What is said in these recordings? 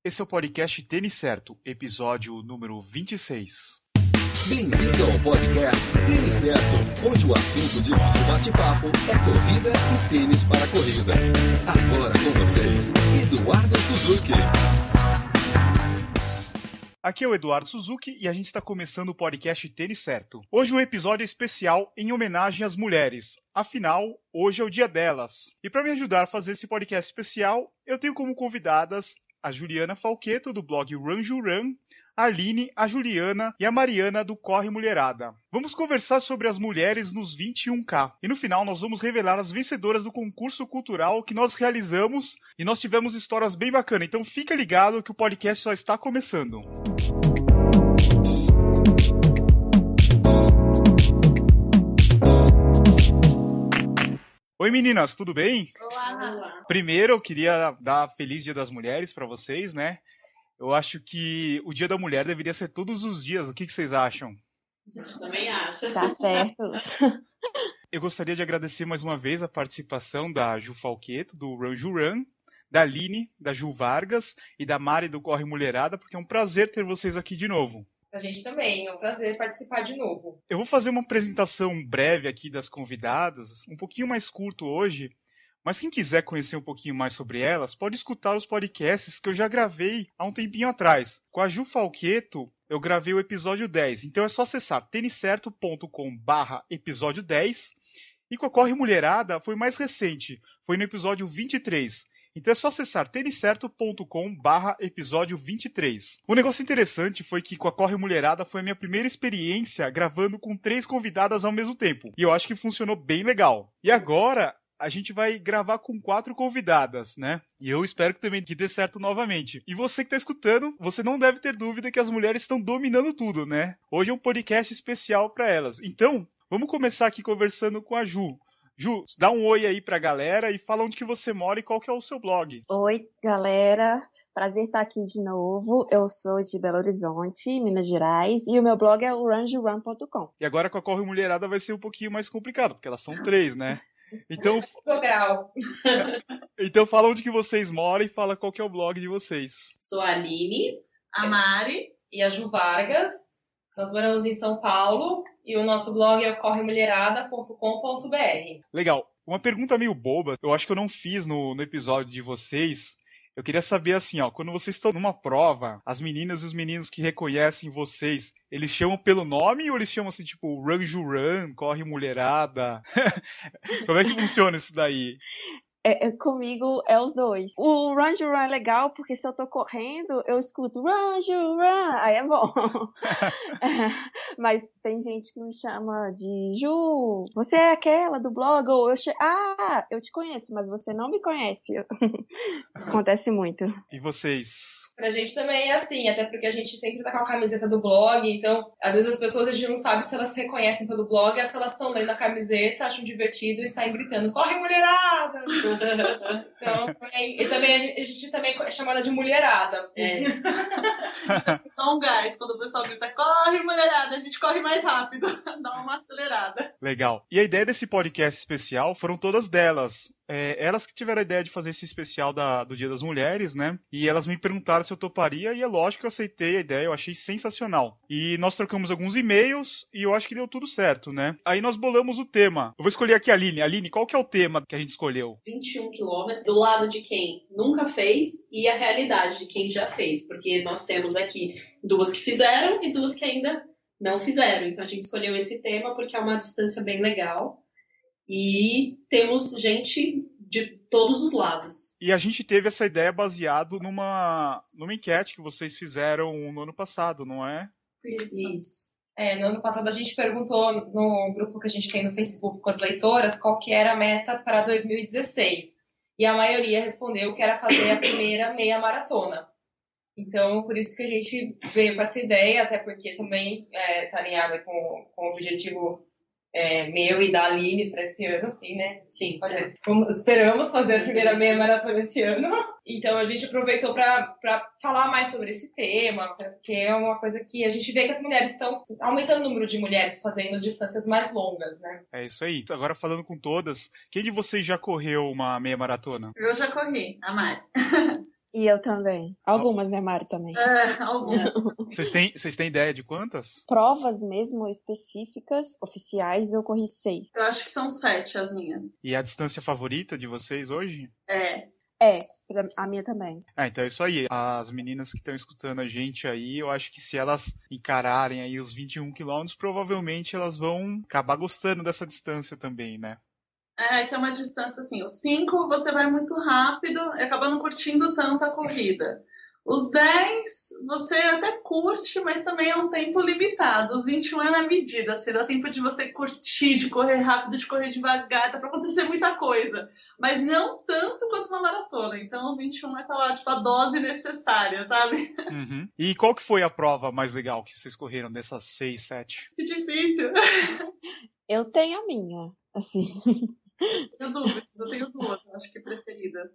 Esse é o podcast Tênis Certo, episódio número 26. Bem-vindo ao podcast Tênis Certo, onde o assunto de nosso bate-papo é corrida e tênis para corrida. Agora com vocês, Eduardo Suzuki. Aqui é o Eduardo Suzuki e a gente está começando o podcast Tênis Certo. Hoje um episódio especial em homenagem às mulheres. Afinal, hoje é o dia delas. E para me ajudar a fazer esse podcast especial, eu tenho como convidadas a Juliana Falqueto, do blog Run Ju Run, a Aline, a Juliana e a Mariana, do Corre Mulherada. Vamos conversar sobre as mulheres nos 21K. E no final nós vamos revelar as vencedoras do concurso cultural que nós realizamos e nós tivemos histórias bem bacanas. Então fica ligado que o podcast só está começando. Oi meninas, tudo bem? Olá! Primeiro eu queria dar Feliz Dia das Mulheres para vocês, né? Eu acho que o Dia da Mulher deveria ser todos os dias. O que vocês acham? A gente também acha. Tá certo. Eu gostaria de agradecer mais uma vez a participação da Ju Falqueto, do Run Ju Run, da Aline, da Ju Vargas e da Mari, do Corre Mulherada, porque é um prazer ter vocês aqui de novo. A gente também, é um prazer participar de novo. Eu vou fazer uma apresentação breve aqui das convidadas, um pouquinho mais curto hoje, mas quem quiser conhecer um pouquinho mais sobre elas, pode escutar os podcasts que eu já gravei há um tempinho atrás. Com a Ju Falqueto, eu gravei o episódio 10, então é só acessar tenicerto.com/episódio 10, e com a Corre Mulherada foi mais recente, foi no episódio 23. Então é só acessar tenicerto.com/episódio 23. O negócio interessante foi que com a Corre Mulherada foi a minha primeira experiência gravando com 3 convidadas ao mesmo tempo. E eu acho que funcionou bem legal. E agora a gente vai gravar com 4 convidadas, né? E eu espero que também dê certo novamente. E você que tá escutando, você não deve ter dúvida que as mulheres estão dominando tudo, né? Hoje é um podcast especial para elas. Então, vamos começar aqui conversando com a Ju. Ju, dá um oi aí pra galera e fala onde que você mora e qual que é o seu blog. Oi, galera. Prazer estar aqui de novo. Eu sou de Belo Horizonte, Minas Gerais, e o meu blog é o runjurun.com. E agora com a Corre Mulherada vai ser um pouquinho mais complicado, porque elas são 3, né? Então, então fala onde que vocês moram e fala qual que é o blog de vocês. Sou a Aline, a Mari e a Ju Vargas. Nós moramos em São Paulo e o nosso blog é corremulherada.com.br. Legal. Uma pergunta meio boba, eu acho que eu não fiz no episódio de vocês. Eu queria saber assim, ó, quando vocês estão numa prova, as meninas e os meninos que reconhecem vocês, eles chamam pelo nome ou eles chamam assim, tipo, Run Ju Run, Corre Mulherada? Como é que funciona isso daí? Comigo é os dois. O Run Ju Run é legal porque se eu tô correndo, eu escuto Run Ju Run, aí é bom. Mas tem gente que me chama de Ju, você é aquela do blog? Ou eu te conheço, mas você não me conhece. Acontece muito. E vocês? Pra gente também é assim, até porque a gente sempre tá com a camiseta do blog, então às vezes as pessoas a gente não sabe se elas reconhecem pelo blog ou se elas estão lendo a camiseta, acham divertido e saem gritando, corre mulherada! Então, e também a gente também é chamada de mulherada. Dá um gás, quando o pessoal grita, corre mulherada, a gente corre mais rápido, dá uma acelerada. Legal. E a ideia desse podcast especial foram todas delas. Elas que tiveram a ideia de fazer esse especial do Dia das Mulheres, né? E elas me perguntaram se eu toparia, e é lógico que eu aceitei a ideia, eu achei sensacional. E nós trocamos alguns e-mails, e eu acho que deu tudo certo, né? Aí nós bolamos o tema. Eu vou escolher aqui a Aline. Aline, qual que é o tema que a gente escolheu? 21 quilômetros, do lado de quem nunca fez e a realidade de quem já fez. Porque nós temos aqui 2 que fizeram e 2 que ainda não fizeram. Então a gente escolheu esse tema porque é uma distância bem legal. E temos gente de todos os lados. E a gente teve essa ideia baseado numa enquete que vocês fizeram no ano passado, não é? Isso. No ano passado a gente perguntou no grupo que a gente tem no Facebook com as leitoras qual que era a meta para 2016. E a maioria respondeu que era fazer a primeira meia maratona. Então, por isso que a gente veio com essa ideia, até porque também está alinhada com o objetivo meu e da Aline para esse ano, assim, né? Sim. Esperamos fazer a primeira meia maratona esse ano. Então a gente aproveitou para falar mais sobre esse tema, porque é uma coisa que a gente vê que as mulheres estão aumentando o número de mulheres fazendo distâncias mais longas, né? É isso aí. Agora falando com todas, quem de vocês já correu uma meia maratona? Eu já corri, a Mari. E eu também. Algumas, né, Mari, também. Algumas. Vocês têm ideia de quantas? Provas mesmo específicas, oficiais, eu corri 6. Eu acho que são 7 as minhas. E a distância favorita de vocês hoje? A minha também. Então é isso aí. As meninas que estão escutando a gente aí, eu acho que se elas encararem aí os 21 quilômetros, provavelmente elas vão acabar gostando dessa distância também, né? Que é uma distância assim, os 5 você vai muito rápido e acaba não curtindo tanto a corrida. Os 10 você até curte, mas também é um tempo limitado. Os 21 é na medida, assim, dá tempo de você curtir, de correr rápido, de correr devagar, dá pra acontecer muita coisa. Mas não tanto quanto uma maratona. Então os 21 é aquela, tipo, a dose necessária, sabe? Uhum. E qual que foi a prova mais legal que vocês correram dessas 6, 7? Que difícil. Eu tenho a minha, assim. Eu dúvidas, eu tenho 2, acho que preferidas.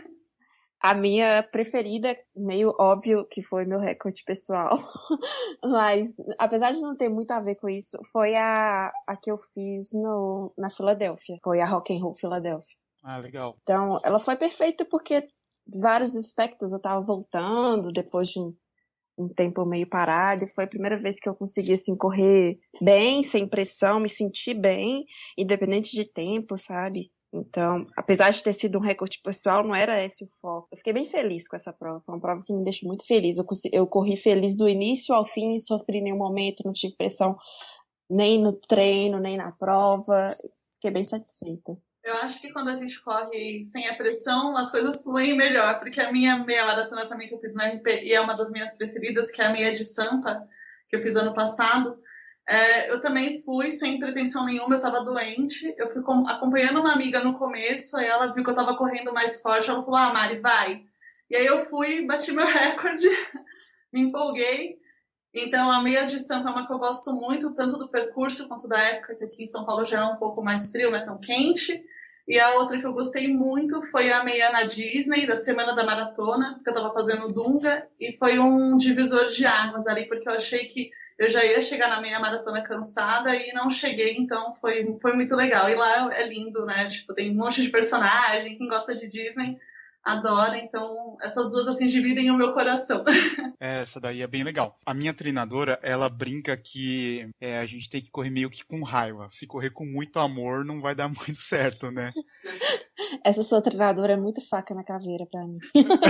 A minha preferida, meio óbvio que foi meu recorde pessoal, mas apesar de não ter muito a ver com isso, foi a que eu fiz na Filadélfia, foi a Rock and Roll Filadélfia. Ah, legal. Então, ela foi perfeita porque vários aspectos eu tava voltando depois de um tempo meio parado, e foi a primeira vez que eu consegui, assim, correr bem, sem pressão, me sentir bem, independente de tempo, sabe? Então, apesar de ter sido um recorde pessoal, não era esse o foco. Eu fiquei bem feliz com essa prova, foi uma prova que me deixou muito feliz. Eu corri feliz do início ao fim, não sofri nenhum momento, não tive pressão nem no treino, nem na prova, fiquei bem satisfeita. Eu acho que quando a gente corre sem a pressão, as coisas fluem melhor, porque a minha meia maratona também que eu fiz no RP, e é uma das minhas preferidas, que é a meia de Sampa, que eu fiz ano passado, eu também fui sem pretensão nenhuma, eu tava doente, eu fui acompanhando uma amiga no começo, aí ela viu que eu tava correndo mais forte, ela falou, Mari, vai. E aí eu fui, bati meu recorde, me empolguei. Então a meia de Sampa é uma que eu gosto muito, tanto do percurso quanto da época, que aqui em São Paulo já é um pouco mais frio, não é tão quente. E a outra que eu gostei muito foi a meia na Disney, da Semana da Maratona, porque eu tava fazendo Dunga, e foi um divisor de águas ali, porque eu achei que eu já ia chegar na meia maratona cansada e não cheguei, então foi muito legal. E lá é lindo, né? Tipo, tem um monte de personagem, quem gosta de Disney adora, então essas duas assim dividem o meu coração. Essa daí é bem legal. A minha treinadora, ela brinca que a gente tem que correr meio que com raiva. Se correr com muito amor, não vai dar muito certo, né? Essa sua treinadora é muito faca na caveira pra mim.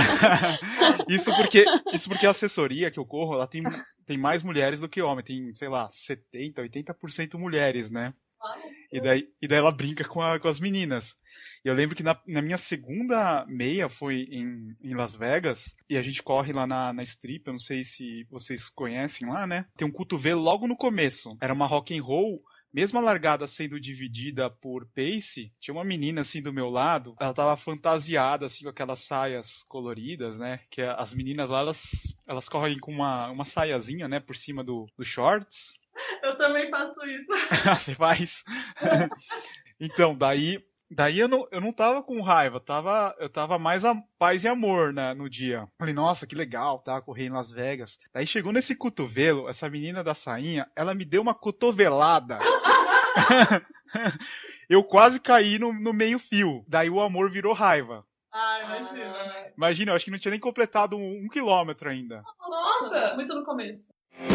Isso porque a assessoria que eu corro, ela tem mais mulheres do que homens. Tem, sei lá, 70%, 80% mulheres, né? E daí ela brinca com as meninas. E eu lembro que na minha segunda meia foi em Las Vegas, e a gente corre lá na Strip, eu não sei se vocês conhecem lá, né? Tem um cotovelo logo no começo. Era uma rock and roll, mesmo a largada sendo dividida por pace, tinha uma menina assim do meu lado, ela tava fantasiada assim com aquelas saias coloridas, né? Que as meninas lá, elas correm com uma saiazinha, né, por cima do shorts. Eu também faço isso. Você faz? Então, daí eu não tava com raiva, eu tava mais a paz e amor, né, no dia. Falei, nossa, que legal, tá, correr em Las Vegas. Daí chegou nesse cotovelo, essa menina da sainha, ela me deu uma cotovelada. Eu quase caí no meio fio. Daí o amor virou raiva. Ah, imagina. Imagina, eu acho que não tinha nem completado 1 quilômetro ainda. Nossa, muito no começo.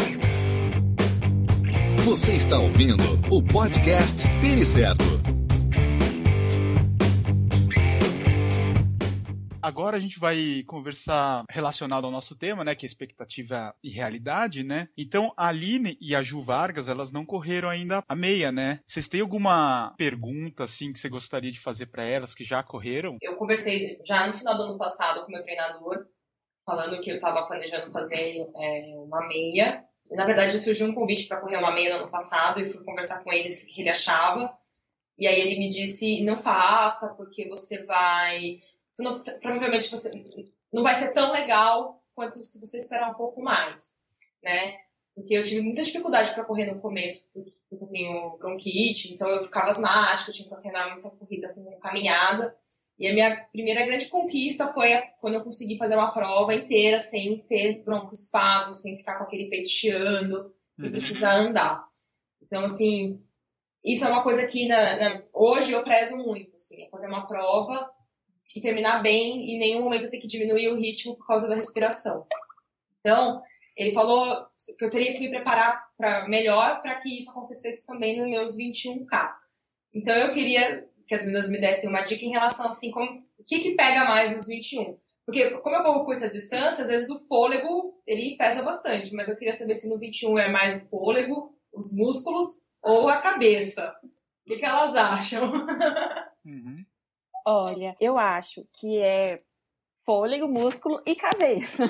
Você está ouvindo o podcast Tênis Certo. Agora a gente vai conversar relacionado ao nosso tema, né, que é expectativa e realidade, né? Então, a Aline e a Ju Vargas, elas não correram ainda a meia, né? Vocês têm alguma pergunta, assim, que você gostaria de fazer para elas, que já correram? Eu conversei já no final do ano passado com o meu treinador, falando que eu estava planejando fazer uma meia. Na verdade, surgiu um convite para correr uma meia no ano passado e fui conversar com ele o que ele achava. E aí ele me disse, não faça, porque você vai... provavelmente você não vai ser tão legal quanto se você esperar um pouco mais, né? Porque eu tive muita dificuldade para correr no começo, porque eu tenho bronquite, então eu ficava asmática, eu tinha que alternar muita corrida com caminhada. E a minha primeira grande conquista foi quando eu consegui fazer uma prova inteira sem ter broncoespasmo, sem ficar com aquele peito chiando e precisar andar. Então, assim, isso é uma coisa que hoje eu prezo muito, assim, fazer uma prova e terminar bem, e em nenhum momento eu ter que diminuir o ritmo por causa da respiração. Então, ele falou que eu teria que me preparar melhor para que isso acontecesse também nos meus 21K. Então, eu queria que as meninas me dessem uma dica em relação, assim, o que pega mais nos 21. Porque, como eu corro curta distância, às vezes o fôlego, ele pesa bastante, mas eu queria saber se no 21 é mais o fôlego, os músculos ou a cabeça. O que elas acham? Uhum. Olha, eu acho que é fôlego, músculo e cabeça.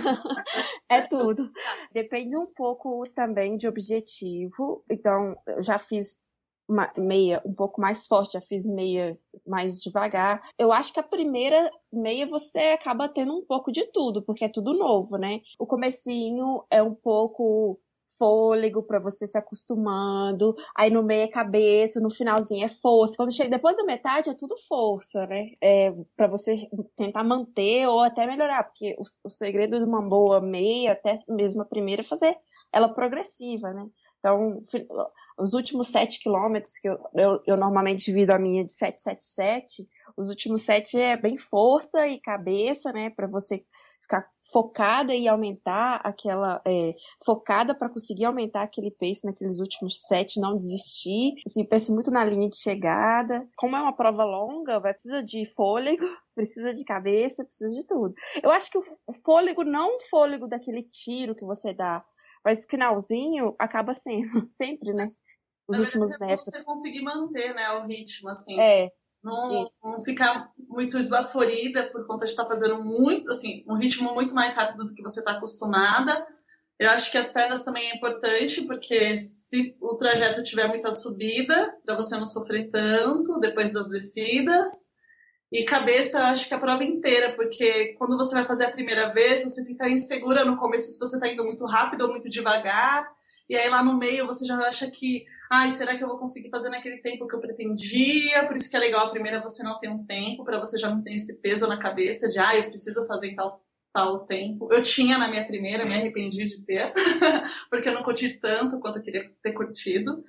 É tudo. Depende um pouco também de objetivo. Então, eu já fiz meia um pouco mais forte, já fiz meia mais devagar. Eu acho que a primeira meia você acaba tendo um pouco de tudo, porque é tudo novo, né? O comecinho é um pouco fôlego para você se acostumando, aí no meio é cabeça, no finalzinho é força. Quando chega depois da metade é tudo força, né? Para você tentar manter ou até melhorar, porque o segredo de uma boa meia, até mesmo a primeira, é fazer ela progressiva, né? Então, os últimos 7 quilômetros, que eu normalmente divido a minha de 777, os últimos 7 é bem força e cabeça, né? Para você ficar focada e aumentar focada para conseguir aumentar aquele pace naqueles últimos 7, não desistir. Assim, penso muito na linha de chegada. Como é uma prova longa, precisa de fôlego, precisa de cabeça, precisa de tudo. Eu acho que o fôlego, não o fôlego daquele tiro que você dá, mas finalzinho acaba sendo, sempre, né? Os últimos metros. Você conseguir manter, né, o ritmo, assim. Não ficar muito esbaforida por conta de estar fazendo muito, assim, um ritmo muito mais rápido do que você está acostumada. Eu acho que as pernas também é importante, porque se o trajeto tiver muita subida, para você não sofrer tanto depois das descidas. E cabeça, eu acho que a prova inteira, porque quando você vai fazer a primeira vez, você fica insegura no começo se você está indo muito rápido ou muito devagar. E aí lá no meio você já acha que, será que eu vou conseguir fazer naquele tempo que eu pretendia? Por isso que é legal a primeira você não ter um tempo, para você já não ter esse peso na cabeça de, eu preciso fazer em tal tempo. Eu tinha na minha primeira, me arrependi de ter, porque eu não curti tanto quanto eu queria ter curtido.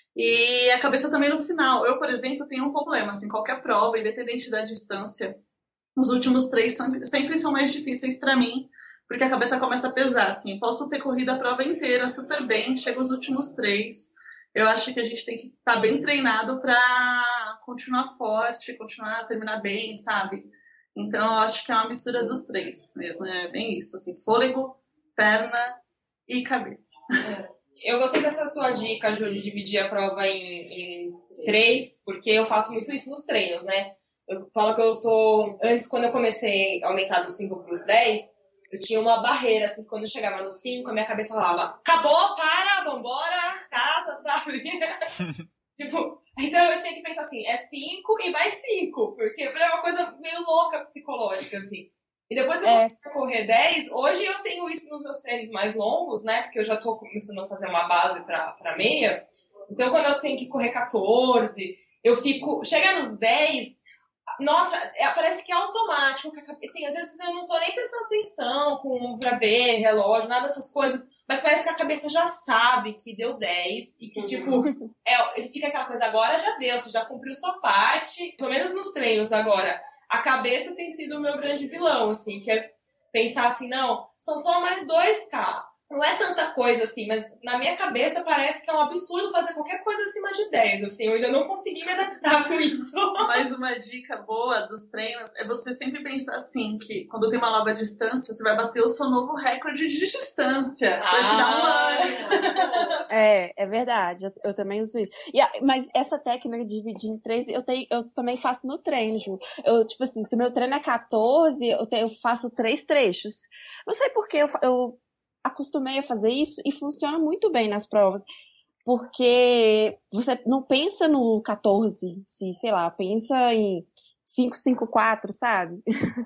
E a cabeça também no final. Eu, por exemplo, tenho um problema, assim, qualquer prova, independente da distância, os últimos 3 sempre são mais difíceis para mim, porque a cabeça começa a pesar, assim. Posso ter corrido a prova inteira super bem, chega os últimos 3. Eu acho que a gente tem que estar bem treinado para continuar forte, terminar bem, sabe? Então, eu acho que é uma mistura dos 3 mesmo, é bem isso, assim, fôlego, perna e cabeça. Eu gostei dessa sua dica, Ju, de dividir a prova em 3, porque eu faço muito isso nos treinos, né? Eu falo que antes, quando eu comecei a aumentar dos 5 para os 10, eu tinha uma barreira, assim, quando eu chegava no 5, a minha cabeça falava, acabou, para, vambora, casa, sabe? Tipo, então eu tinha que pensar assim, é 5 e mais 5, porque é uma coisa meio louca psicológica, assim. E depois eu comecei a correr 10, hoje eu tenho isso nos meus treinos mais longos, né? Porque eu já tô começando a fazer uma base pra meia. Então, quando eu tenho que correr 14, chega nos 10, nossa, parece que é automático. Assim, às vezes eu não tô nem prestando atenção pra ver relógio, nada dessas coisas, mas parece que a cabeça já sabe que deu 10 e que, tipo, fica aquela coisa, agora já deu, você já cumpriu sua parte, pelo menos nos treinos agora. A cabeça tem sido o meu grande vilão, assim, que é pensar assim, não, são só mais 2K. Não é tanta coisa assim, mas na minha cabeça parece que é um absurdo fazer qualquer coisa acima de 10, assim, eu ainda não consegui me adaptar com isso. Mas uma dica boa dos treinos é você sempre pensar assim, que quando tem uma nova distância, você vai bater o seu novo recorde de distância, pra te dar um ânimo. É verdade, eu também uso isso. Mas essa técnica de dividir em 3, eu também faço no treino, Ju. Tipo assim, se o meu treino é 14, eu faço 3 trechos. Não sei por que eu acostumei a fazer isso e funciona muito bem nas provas, porque você não pensa no 14, sei lá, pensa em 5, 5, 4, sabe?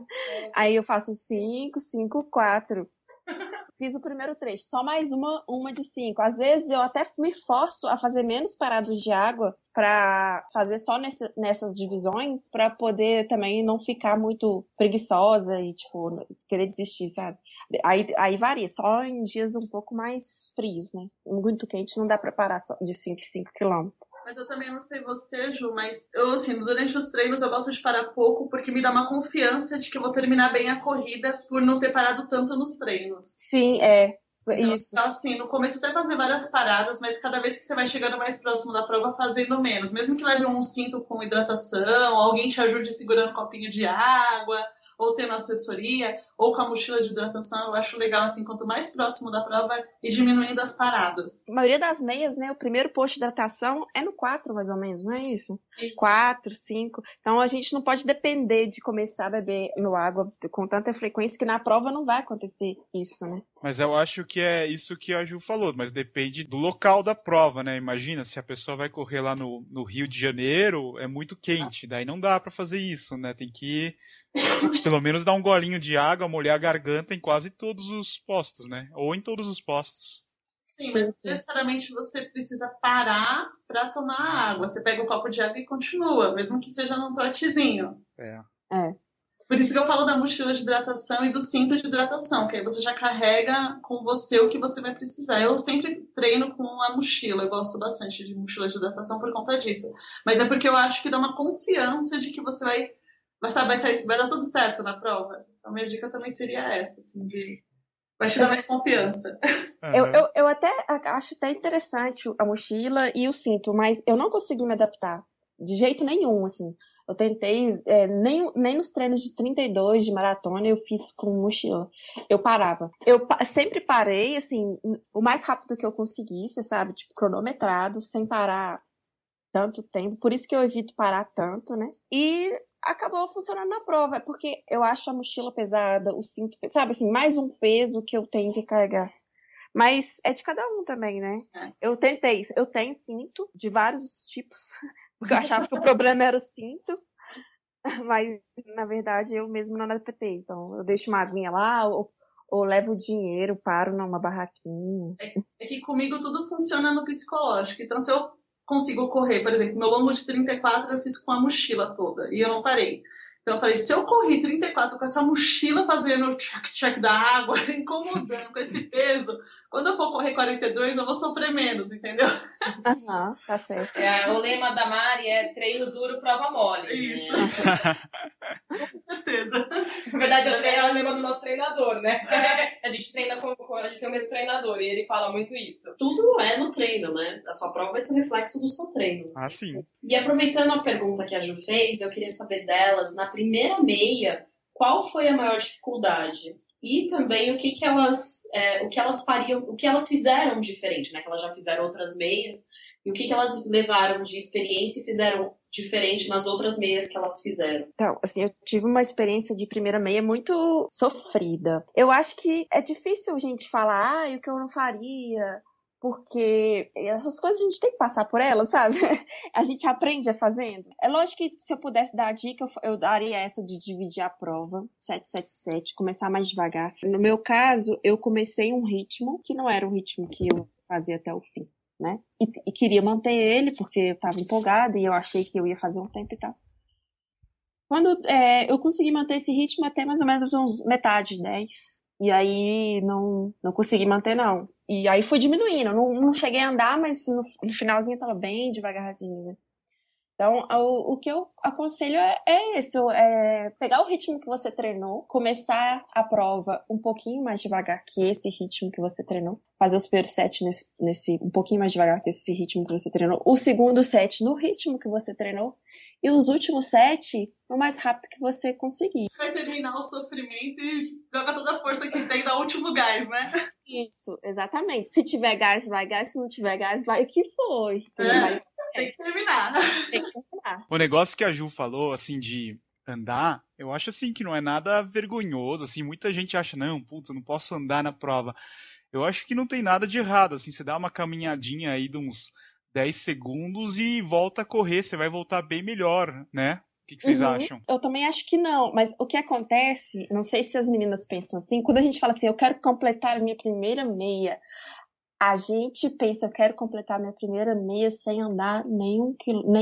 Aí eu faço 5, 5, 4. Fiz o primeiro trecho, só mais uma de 5. Às vezes eu até me forço a fazer menos paradas de água para fazer só nessas divisões, para poder também não ficar muito preguiçosa e, tipo, querer desistir, sabe? Aí varia, só em dias um pouco mais frios, né? Muito quente não dá para parar só de 5 em 5 quilômetros. Mas eu também não sei você, Ju, mas eu, assim, durante os treinos eu gosto de parar pouco porque me dá uma confiança de que eu vou terminar bem a corrida por não ter parado tanto nos treinos. Sim, isso. Então, assim, no começo até fazer várias paradas, mas cada vez que você vai chegando mais próximo da prova, fazendo menos. Mesmo que leve um cinto com hidratação, alguém te ajude segurando um copinho de água, ou tendo assessoria, ou com a mochila de hidratação, eu acho legal, assim, quanto mais próximo da prova, ir diminuindo as paradas. A maioria das meias, né, o primeiro posto de hidratação é no 4, mais ou menos, não é isso? 4, 5. Então a gente não pode depender de começar a beber água com tanta frequência que na prova não vai acontecer isso, né? Mas eu acho que é isso que a Ju falou, mas depende do local da prova, né? Imagina, se a pessoa vai correr lá no Rio de Janeiro, é muito quente, daí não dá pra fazer isso, né? Tem que pelo menos dar um golinho de água, molhar a garganta em quase todos os postos, né? Ou em todos os postos. Sim, mas necessariamente você precisa parar para tomar água. Você pega o copo de água e continua, mesmo que seja num trotezinho. Por isso que eu falo da mochila de hidratação e do cinto de hidratação, que aí você já carrega com você o que você vai precisar. Eu sempre treino com a mochila, eu gosto bastante de mochila de hidratação por conta disso. Mas é porque eu acho que dá uma confiança de que você vai dar tudo certo na prova. Então, a minha dica também seria essa, assim, vai te dar mais confiança. Eu até acho até interessante a mochila e o cinto, mas eu não consegui me adaptar de jeito nenhum, assim. Eu tentei, nem nos treinos de 32 de maratona eu fiz com mochila. Eu parava. Eu sempre parei, assim, o mais rápido que eu conseguisse, sabe? Tipo, cronometrado, sem parar tanto tempo. Por isso que eu evito parar tanto, né? E acabou funcionando na prova, porque eu acho a mochila pesada, o cinto, sabe, assim, mais um peso que eu tenho que carregar. Mas é de cada um também, né? Eu tenho cinto de vários tipos, porque eu achava que o problema era o cinto, mas, na verdade, eu mesmo não adaptei. Então, eu deixo uma aguinha lá, ou levo dinheiro, paro numa barraquinha. É que comigo tudo funciona no psicológico. Então, se eu consigo correr, por exemplo, meu longo de 34 eu fiz com a mochila toda e eu não parei. Então eu falei, se eu corri 34 com essa mochila fazendo o check da água, incomodando com esse peso, quando eu for correr 42 eu vou sofrer menos, entendeu? Tá certo. O lema da Mari é treino duro, prova mole. Isso. Com certeza. Na verdade, é o lema do nosso treinador, né? A gente treina a gente tem o mesmo treinador e ele fala muito isso. Tudo é no treino, né? A sua prova vai ser um reflexo do seu treino. Ah, sim. E aproveitando a pergunta que a Ju fez, eu queria saber delas, na primeira meia, qual foi a maior dificuldade? E também o que elas fariam, o que elas fizeram diferente, né? Que elas já fizeram outras meias, e o que elas levaram de experiência e fizeram diferente nas outras meias que elas fizeram. Então, assim, eu tive uma experiência de primeira meia muito sofrida. Eu acho que é difícil a gente falar, o que eu não faria, porque essas coisas a gente tem que passar por elas, sabe? A gente aprende fazendo. É lógico que se eu pudesse dar a dica, eu daria essa de dividir a prova, 7-7-7, começar mais devagar. No meu caso, eu comecei um ritmo que não era um ritmo que eu fazia até o fim, né? E queria manter ele, porque eu estava empolgada e eu achei que eu ia fazer um tempo e tal. Quando eu consegui manter esse ritmo até mais ou menos uns metade, 10. E aí não consegui manter, não. E aí fui diminuindo. Não cheguei a andar, mas no finalzinho tava bem devagarzinho, né? Então, o que eu aconselho é esse. Pegar o ritmo que você treinou, começar a prova um pouquinho mais devagar que esse ritmo que você treinou. Fazer os primeiros 7 nesse um pouquinho mais devagar que esse ritmo que você treinou. O segundo 7 no ritmo que você treinou. E os últimos 7 o mais rápido que você conseguir. Vai terminar o sofrimento e joga toda a força que tem no último gás, né? Isso, exatamente. Se tiver gás, vai gás. Se não tiver gás, vai o que foi. Tem que terminar. Tem que terminar. O negócio que a Ju falou, assim, de andar, eu acho, assim, que não é nada vergonhoso, assim, muita gente acha, não, putz, eu não posso andar na prova. Eu acho que não tem nada de errado, assim, você dá uma caminhadinha aí de uns 10 segundos e volta a correr, você vai voltar bem melhor, né? O que vocês acham? Eu também acho que não, mas o que acontece, não sei se as meninas pensam assim, quando a gente fala assim, eu quero completar a minha primeira meia, a gente pensa, eu quero completar a minha primeira meia sem andar nem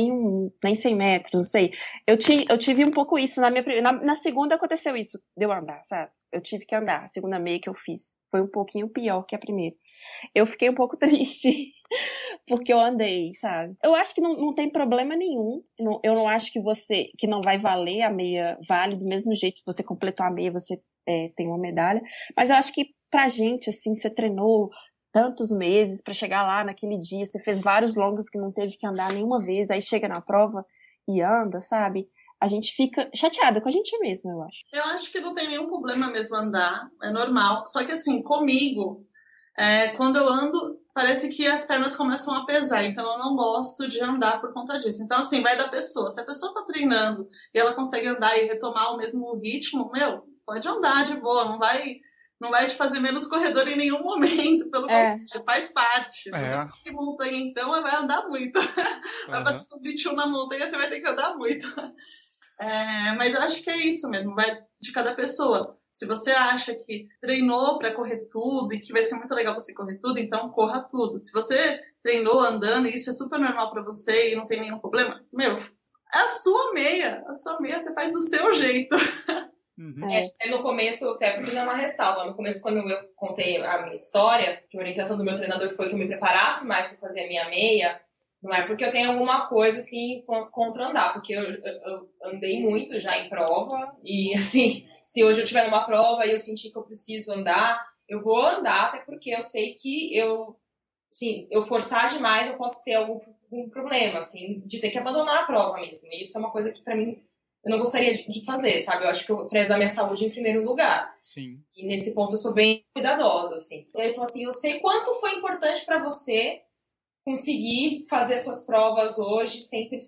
100 metros, não sei. Eu tive um pouco isso, na segunda aconteceu isso, de eu andar, sabe? Eu tive que andar, a segunda meia que eu fiz foi um pouquinho pior que a primeira. Eu fiquei um pouco triste, porque eu andei, sabe? Eu acho que não tem problema nenhum. Eu não acho que não vai valer a meia, vale do mesmo jeito. Se você completou a meia, você tem uma medalha. Mas eu acho que pra gente, assim, você treinou tantos meses pra chegar lá naquele dia, você fez vários longos que não teve que andar nenhuma vez, aí chega na prova e anda, sabe? A gente fica chateada com a gente mesma, eu acho. Eu acho que não tem nenhum problema mesmo andar, é normal. Só que assim, comigo, quando eu ando, parece que as pernas começam a pesar. Então eu não gosto de andar por conta disso. Então assim, vai da pessoa. Se a pessoa tá treinando e ela consegue andar e retomar o mesmo ritmo, pode andar de boa, não vai te fazer menos corredor em nenhum momento, pelo contrário, faz parte. Se você tem montanha, então, vai andar muito. Vai fazer subir na montanha, você vai ter que andar muito. Mas eu acho que é isso mesmo, vai de cada pessoa. Se você acha que treinou para correr tudo e que vai ser muito legal você correr tudo, então corra tudo. Se você treinou andando e isso é super normal para você e não tem nenhum problema, é a sua meia você faz do seu jeito. No começo, até porque não é uma ressalva, no começo quando eu contei a minha história, que a orientação do meu treinador foi que eu me preparasse mais para fazer a minha meia, não é porque eu tenho alguma coisa assim contra andar, porque eu andei muito já em prova e assim, se hoje eu estiver numa prova e eu sentir que eu preciso andar, eu vou andar, até porque eu sei que eu forçar demais eu posso ter algum problema, assim, de ter que abandonar a prova mesmo. E isso é uma coisa que pra mim eu não gostaria de fazer, sabe? Eu acho que eu prezo a minha saúde em primeiro lugar. Sim. E nesse ponto eu sou bem cuidadosa, assim. Ele falou assim, eu sei quanto foi importante pra você conseguir fazer suas provas hoje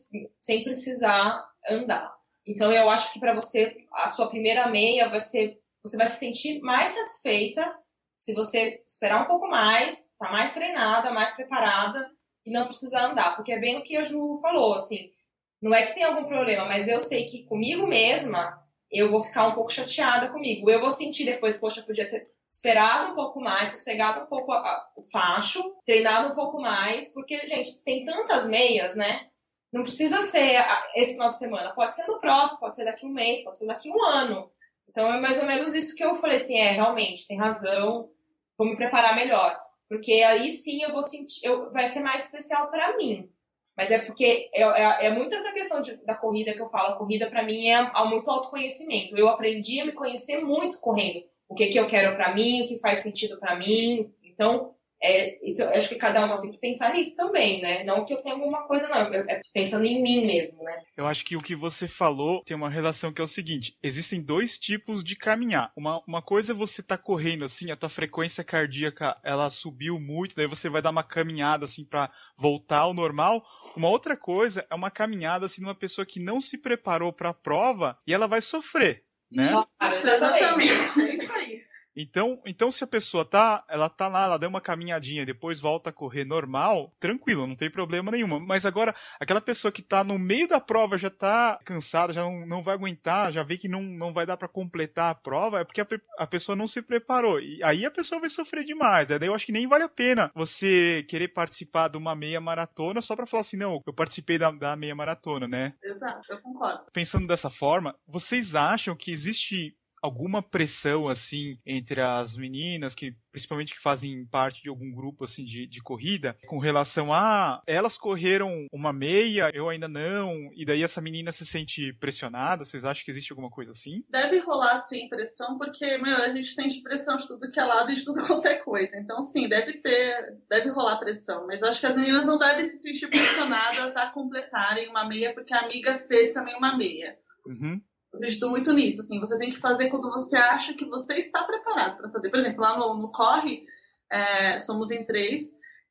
sem precisar andar. Então eu acho que para você, a sua primeira meia você vai se sentir mais satisfeita se você esperar um pouco mais, tá mais treinada, mais preparada e não precisar andar. Porque é bem o que a Ju falou, assim, não é que tem algum problema, mas eu sei que comigo mesma eu vou ficar um pouco chateada comigo. Eu vou sentir depois, poxa, eu podia ter esperado um pouco mais, sossegado um pouco o facho, treinado um pouco mais, porque, gente, tem tantas meias, né? Não precisa ser esse final de semana, pode ser no próximo, pode ser daqui um mês, pode ser daqui um ano. Então é mais ou menos isso que eu falei assim, realmente, tem razão, vou me preparar melhor. Porque aí sim eu vou sentir, vai ser mais especial para mim. Mas é porque é muito essa questão da corrida que eu falo. A corrida, para mim, é muito autoconhecimento. Eu aprendi a me conhecer muito correndo. O que eu quero para mim, o que faz sentido para mim. Então, isso, eu acho que cada uma tem que pensar nisso também, né? Não que eu tenha alguma coisa, não. É pensando em mim mesmo, né? Eu acho que o que você falou tem uma relação que é o seguinte. Existem dois tipos de caminhar. Uma coisa é você tá correndo, assim, a tua frequência cardíaca, ela subiu muito, daí você vai dar uma caminhada, assim, pra voltar ao normal. Uma outra coisa é uma caminhada, assim, de uma pessoa que não se preparou pra prova e ela vai sofrer, né? Exatamente. É isso aí. Então se a pessoa tá lá, ela deu uma caminhadinha, depois volta a correr normal, tranquilo, não tem problema nenhum. Mas agora, aquela pessoa que tá no meio da prova, já tá cansada, já não vai aguentar, já vê que não vai dar pra completar a prova, é porque a pessoa não se preparou. E aí a pessoa vai sofrer demais, né? Daí eu acho que nem vale a pena você querer participar de uma meia maratona só pra falar assim, não, eu participei da meia maratona, né? Exato, eu concordo. Pensando dessa forma, vocês acham que existe alguma pressão, assim, entre as meninas, principalmente que fazem parte de algum grupo, assim, de corrida, com relação a elas correram uma meia, eu ainda não, e daí essa menina se sente pressionada? Vocês acham que existe alguma coisa assim? Deve rolar, sim, pressão, porque, a gente sente pressão de tudo que é lado e de tudo quanto é coisa. Então, sim, deve rolar pressão. Mas acho que as meninas não devem se sentir pressionadas a completarem uma meia, porque a amiga fez também uma meia. Uhum. Eu acredito muito nisso, assim, você tem que fazer quando você acha que você está preparado para fazer. Por exemplo, lá no Corre, somos em 3,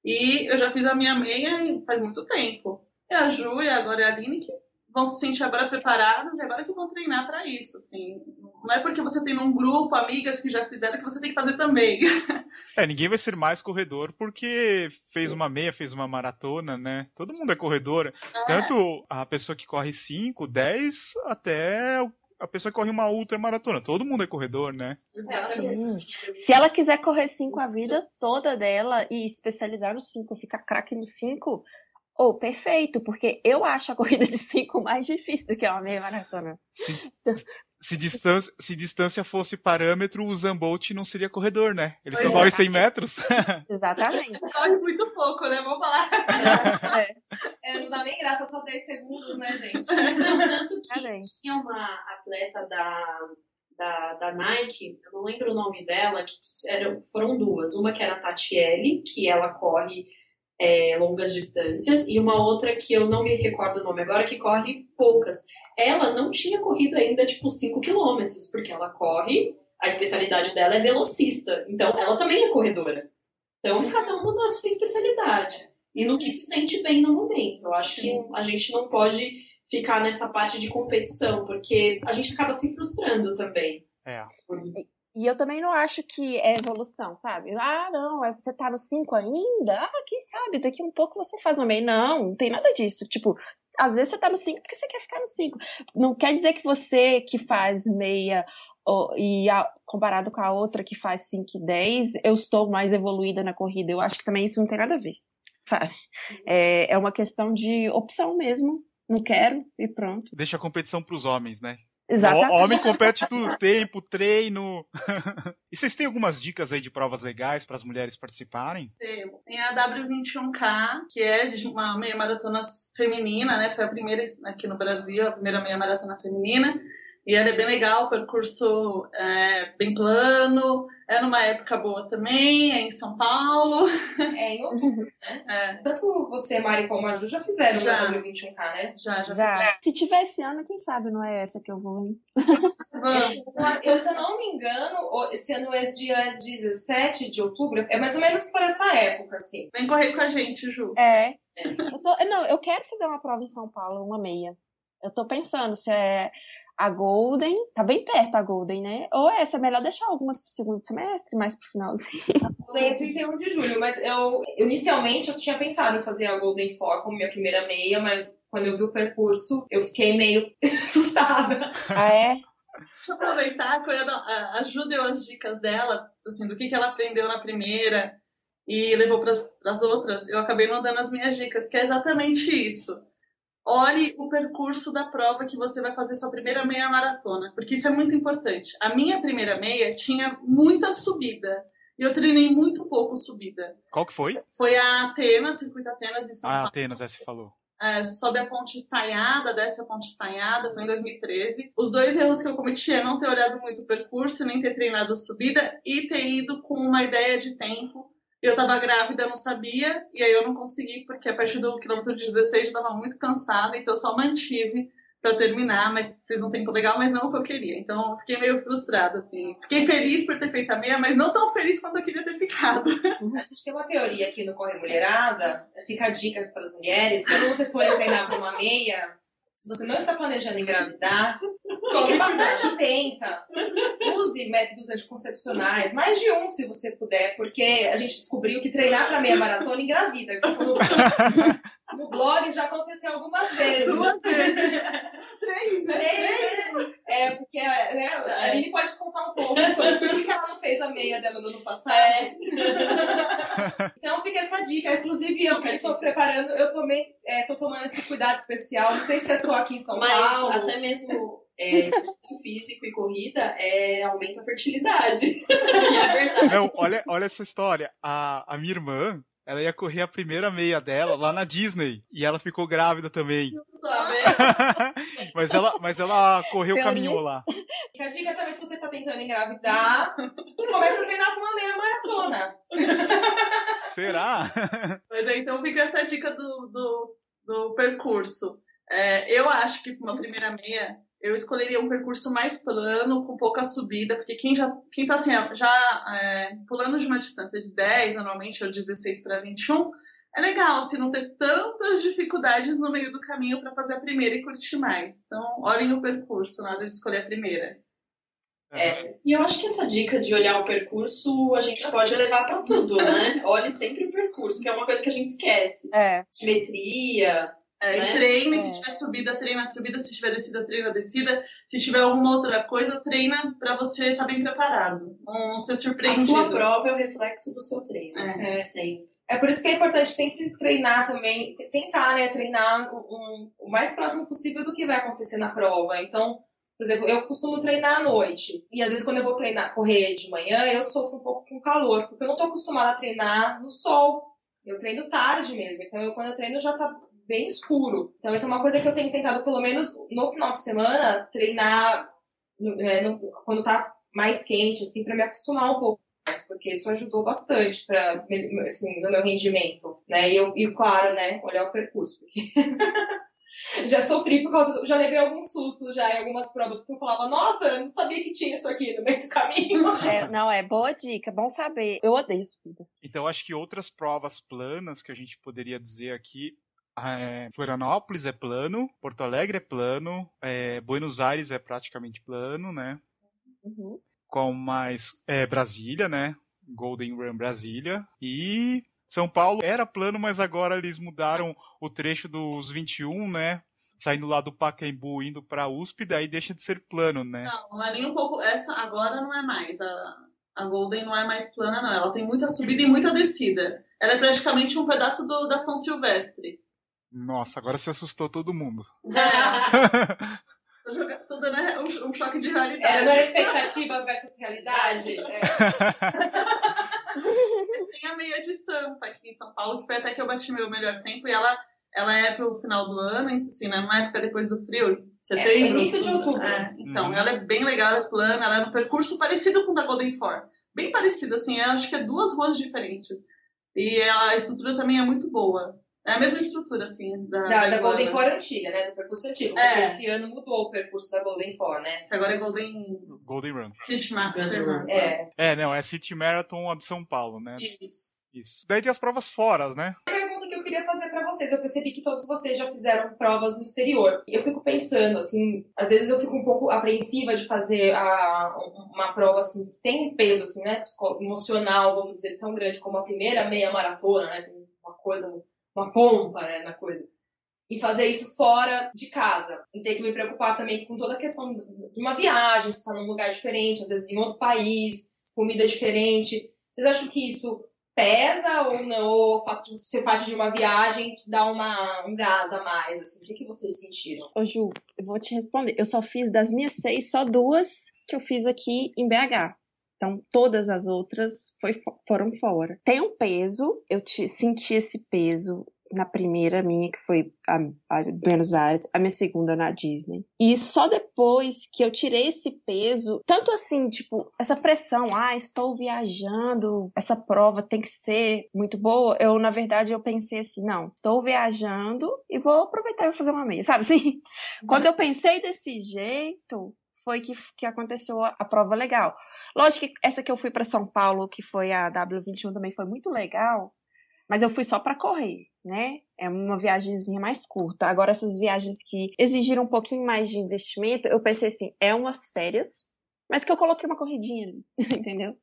e eu já fiz a minha meia faz muito tempo. E a Ju e agora a Aline que vão se sentir agora preparadas e agora que vão treinar para isso, assim. Não é porque você tem um grupo, amigas que já fizeram, que você tem que fazer também. Ninguém vai ser mais corredor porque fez uma meia, fez uma maratona, né? Todo mundo é corredor. Tanto a pessoa que corre 5, 10, até a pessoa que corre uma ultramaratona. Todo mundo é corredor, né? Se ela quiser correr 5 a vida toda dela e especializar no 5, ficar craque no 5... Perfeito, porque eu acho a corrida de 5 mais difícil do que uma meia maratona. Se distância fosse parâmetro, o Usain Bolt não seria corredor, né? Ele só Pois corre é. 100 metros. Exatamente. Corre muito pouco, né? Vamos falar. Não dá nem graça, só 10 segundos, né, gente? Não, tanto que Exatamente. tinha uma atleta da Nike, eu não lembro o nome dela, foram duas. Uma que era a Tatiele, que ela corre longas distâncias, e uma outra que eu não me recordo o nome agora, que corre poucas. Ela não tinha corrido ainda, 5 quilômetros, porque ela corre, a especialidade dela é velocista, então ela também é corredora. Então, cada uma na sua especialidade. E no que se sente bem no momento. Eu acho que a gente não pode ficar nessa parte de competição, porque a gente acaba se frustrando também. E eu também não acho que é evolução, sabe? Não, você tá no 5 ainda? Quem sabe, daqui um pouco você faz uma meia. Não tem nada disso. Às vezes você tá no 5 porque você quer ficar no 5. Não quer dizer que você que faz meia comparado com a outra que faz 5 e 10, eu estou mais evoluída na corrida. Eu acho que também isso não tem nada a ver, sabe? É uma questão de opção mesmo. Não quero e pronto. Deixa a competição pros homens, né? Exatamente. O homem compete tudo, tempo, treino. E vocês têm algumas dicas aí de provas legais para as mulheres participarem? Tem a W21K, que é de uma meia maratona feminina, né? Foi a primeira aqui no Brasil, a primeira meia maratona feminina. E ela é bem legal, o percurso é bem plano, é numa época boa também, é em São Paulo. É em outubro, né? Tanto você, Mari, como a Ju já fizeram o W21K, né? Já. Se tiver esse ano, quem sabe não é essa que eu vou, hein? Se eu não me engano, esse ano é dia 17 de outubro, é mais ou menos por essa época, assim. Vem correr com a gente, Ju. Eu quero fazer uma prova em São Paulo, uma meia. Eu tô pensando se é a Golden, tá bem perto a Golden, né? Ou essa, é melhor deixar algumas pro segundo semestre, mais pro finalzinho. A Golden é 31 de julho, mas inicialmente eu tinha pensado em fazer a Golden 4 como minha primeira meia, mas quando eu vi o percurso, eu fiquei meio assustada. Deixa eu aproveitar, quando a Ju deu as dicas dela, assim, do que ela aprendeu na primeira e levou para as outras, eu acabei não dando as minhas dicas, que é exatamente isso. Olhe o percurso da prova que você vai fazer sua primeira meia maratona, porque isso é muito importante. A minha primeira meia tinha muita subida, e eu treinei muito pouco subida. Qual que foi? Foi a Atenas, Circuito Atenas em São Paulo. Atenas, você falou. Sobe a ponte estaiada, desce a ponte estaiada, foi em 2013. Os 2 erros que eu cometi é não ter olhado muito o percurso, nem ter treinado subida, e ter ido com uma ideia de tempo. Eu tava grávida, não sabia, e aí eu não consegui, porque a partir do quilômetro 16 eu tava muito cansada, então eu só mantive pra terminar, mas fiz um tempo legal, mas não o que eu queria. Então eu fiquei meio frustrada, assim. Fiquei feliz por ter feito a meia, mas não tão feliz quanto eu queria ter ficado. A gente tem uma teoria aqui no Corre Mulherada, fica a dica para as mulheres, quando vocês forem treinar para uma meia, se você não está planejando engravidar, fique bastante atenta. Use métodos anticoncepcionais, mais de um se você puder, porque a gente descobriu que treinar para meia maratona engravida. No blog já aconteceu algumas vezes. 2 vezes. 3 vezes. Porque a Aline pode contar um pouco sobre por que ela não fez a meia dela no ano passado. Então fica essa dica. Inclusive, eu que estou preparando, eu também estou tomando esse cuidado especial. Não sei se é só aqui em São Paulo. Mas até mesmo exercício físico e corrida aumenta a fertilidade. É verdade. Não, olha essa história. A minha irmã, ela ia correr a primeira meia dela lá na Disney. E ela ficou grávida também. mas ela correu o caminho lá. A dica também, se você está tentando engravidar, começa a treinar com uma meia maratona. Será? Mas então fica essa dica do percurso. Eu acho que para uma primeira meia, eu escolheria um percurso mais plano, com pouca subida, porque quem tá assim, pulando de uma distância de 10, normalmente, ou 16 para 21, é legal, se não ter tantas dificuldades no meio do caminho para fazer a primeira e curtir mais. Então, olhem o percurso na hora de escolher a primeira. E eu acho que essa dica de olhar o percurso a gente pode levar para tudo, né? Olhe sempre o percurso, que é uma coisa que a gente esquece. Simetria, E treine, se tiver subida, treina a subida, se tiver descida, treina a descida. Se tiver alguma outra coisa, treina pra você estar bem preparado. Não ser surpreendido. A sua prova é o reflexo do seu treino. Sempre. É por isso que é importante sempre treinar também, tentar, né, treinar o mais próximo possível do que vai acontecer na prova. Então, por exemplo, eu costumo treinar à noite. E às vezes quando eu vou correr de manhã, eu sofro um pouco com calor, porque eu não estou acostumada a treinar no sol. Eu treino tarde mesmo. Então, quando eu treino já tá bem escuro. Então, essa é uma coisa que eu tenho tentado, pelo menos no final de semana, treinar quando tá mais quente, assim, para me acostumar um pouco. Porque isso ajudou bastante assim, no meu rendimento, né? E claro, né, olhar o percurso, porque já sofri já levei alguns sustos já em algumas provas que eu falava, nossa, eu não sabia que tinha isso aqui no meio do caminho. Boa dica, bom saber. Eu odeio subida. Então, acho que outras provas planas que a gente poderia dizer aqui, Florianópolis é plano, Porto Alegre é plano, Buenos Aires é praticamente plano, né? Uhum. Com mais Brasília, né? Golden Run Brasília. E São Paulo era plano, mas agora eles mudaram o trecho dos 21, né? Saindo lá do Pacaembu, indo pra USP, daí deixa de ser plano, né? Não é nem um pouco... Essa agora não é mais. A Golden não é mais plana, não. Ela tem muita subida e muita descida. Ela é praticamente um pedaço da São Silvestre. Nossa, agora você assustou todo mundo. Tô dando um choque de realidade. Não é expectativa versus realidade. Tem a meia de Sampa aqui em São Paulo, que foi até que eu bati meu melhor tempo, e ela é pro final do ano, assim, né? Numa época depois do frio, setembro. Início de outubro. Então, ela é bem legal, ela é plana, ela é um percurso parecido com o da Golden Four. Bem parecido, assim, acho que é 2 ruas diferentes. E a estrutura também é muito boa. É a mesma estrutura, assim, da Golden Four antiga, né? Do percurso antigo. Porque esse ano mudou o percurso da Golden Four, né? Agora é Golden Run. City Master Run. É City Marathon a de São Paulo, né? Isso. Daí tem as provas fora, né? A pergunta que eu queria fazer pra vocês, eu percebi que todos vocês já fizeram provas no exterior. Eu fico pensando, assim, às vezes eu fico um pouco apreensiva de fazer uma prova, assim, que tem um peso, assim, né? Emocional, vamos dizer, tão grande como a primeira meia maratona, né? Tem uma pompa, né, na coisa. E fazer isso fora de casa. E ter que me preocupar também com toda a questão de uma viagem, você tá num lugar diferente, às vezes em outro país, comida diferente. Vocês acham que isso pesa ou não? Ou o fato de você ser parte de uma viagem te dá um gás a mais, assim? O que vocês sentiram? Ô, Ju, eu vou te responder. Eu só fiz das minhas 6, só 2 que eu fiz aqui em BH. Então, todas as outras foram fora. Tem um peso, eu senti esse peso na primeira minha, que foi a Buenos Aires, a minha segunda na Disney. E só depois que eu tirei esse peso, tanto assim, tipo, essa pressão, estou viajando, essa prova tem que ser muito boa, na verdade, eu pensei assim, não, estou viajando e vou aproveitar e vou fazer uma meia, sabe assim? Quando eu pensei desse jeito, foi que aconteceu a prova legal. Lógico que essa que eu fui para São Paulo, que foi a W21, também foi muito legal, mas eu fui só para correr, né? É uma viagemzinha mais curta. Agora, essas viagens que exigiram um pouquinho mais de investimento, eu pensei assim, é umas férias, mas que eu coloquei uma corridinha ali, entendeu?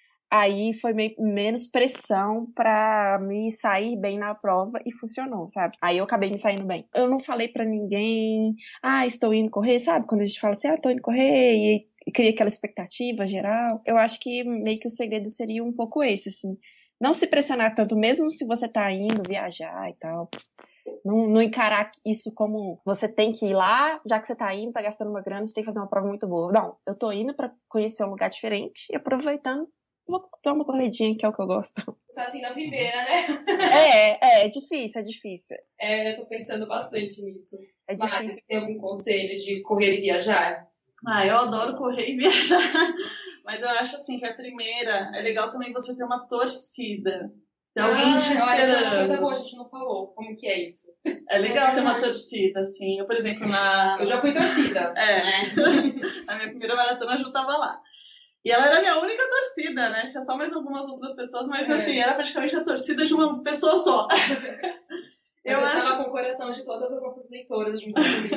Aí foi menos pressão pra me sair bem na prova e funcionou, sabe? Aí eu acabei me saindo bem. Eu não falei pra ninguém, estou indo correr, sabe? Quando a gente fala assim, estou indo correr e cria aquela expectativa geral. Eu acho que meio que o segredo seria um pouco esse, assim. Não se pressionar tanto, mesmo se você tá indo viajar e tal. Não encarar isso como você tem que ir lá, já que você tá indo, tá gastando uma grana, você tem que fazer uma prova muito boa. Não, eu tô indo pra conhecer um lugar diferente e aproveitando, vou dar uma corridinha, que é o que eu gosto. Tá assim na primeira, né? É difícil. Eu tô pensando bastante nisso. É difícil. Mas você tem algum conselho de correr e viajar? Eu adoro correr e viajar. Mas eu acho assim que a primeira é legal também você ter uma torcida. Tem alguém te esperando. Essa boa, a gente não falou. Como que é isso? É legal ter uma torcida, assim. Eu, por exemplo, Eu já fui torcida. A minha primeira maratona eu já tava lá. E ela era a minha única torcida, né? Tinha só mais algumas outras pessoas, mas assim, era praticamente a torcida de uma pessoa só. Eu estava com o coração de todas as nossas leitoras junto comigo.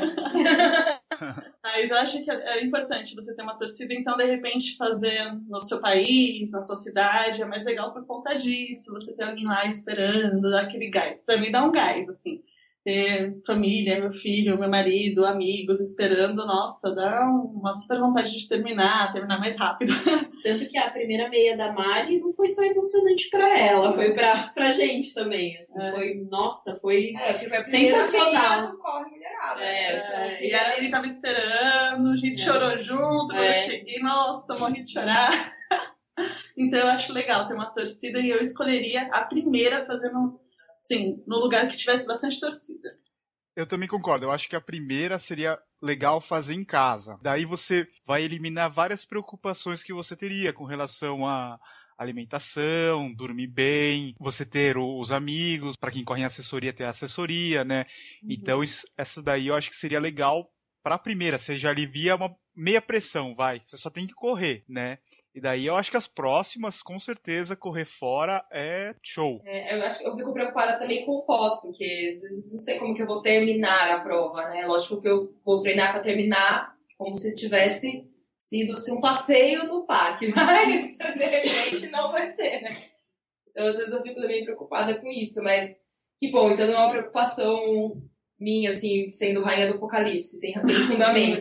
Mas eu acho que é importante você ter uma torcida, então de repente fazer no seu país, na sua cidade, é mais legal por conta disso, você ter alguém lá esperando, dar aquele gás. Pra mim dá um gás, assim. ter família, meu filho, meu marido, amigos esperando, nossa, dá uma super vontade de terminar mais rápido. Tanto que a primeira meia da Mari não foi só emocionante pra ela, foi pra gente também, assim, foi sensacional. Corre mulherada. E aí ele tava esperando, a gente chorou junto, quando eu cheguei, nossa, morri de chorar. Então eu acho legal ter uma torcida e eu escolheria a primeira fazendo, sim, no lugar que tivesse bastante torcida. Eu também concordo. Eu acho que a primeira seria legal fazer em casa. Daí você vai eliminar várias preocupações que você teria com relação a alimentação, dormir bem, você ter os amigos, para quem corre em assessoria, ter assessoria, né? Então, essa daí eu acho que seria legal para a primeira. Você já alivia uma meia pressão, vai. Você só tem que correr, né? E daí eu acho que as próximas, com certeza, correr fora é show. Eu acho que eu fico preocupada também com o pós, porque às vezes não sei como que eu vou terminar a prova, né? Lógico que eu vou treinar para terminar como se tivesse sido assim, um passeio no parque, mas de repente não vai ser, né? Então às vezes eu fico também preocupada com isso, mas que bom, então não é uma preocupação minha, assim, sendo rainha do apocalipse, tem fundamento.